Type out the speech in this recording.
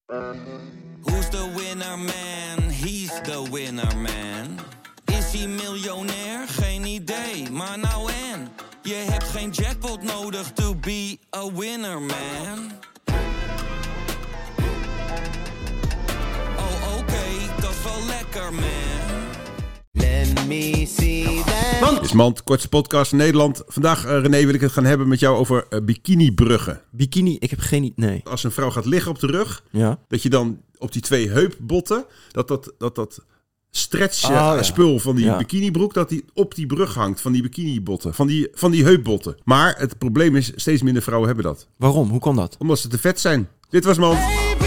Who's the winner man? He's the winner man. Is hij miljonair? Geen idee, maar nou en. Je hebt geen jackpot nodig to be a winner man. Oh oké, dat is wel lekker man. Let me see that. Dit is Mand, kortste podcast in Nederland. Vandaag, René, wil ik het gaan hebben met jou over bikinibruggen. Bikini, ik heb geen idee. Nee. Als een vrouw gaat liggen op de rug, Ja. dat je dan op die twee heupbotten, dat stretch spul van die bikinibroek, dat die op die brug hangt van die bikinibotten, van die heupbotten. Maar het probleem is, steeds minder vrouwen hebben dat. Waarom? Hoe kan dat? Omdat ze te vet zijn. Dit was Mand.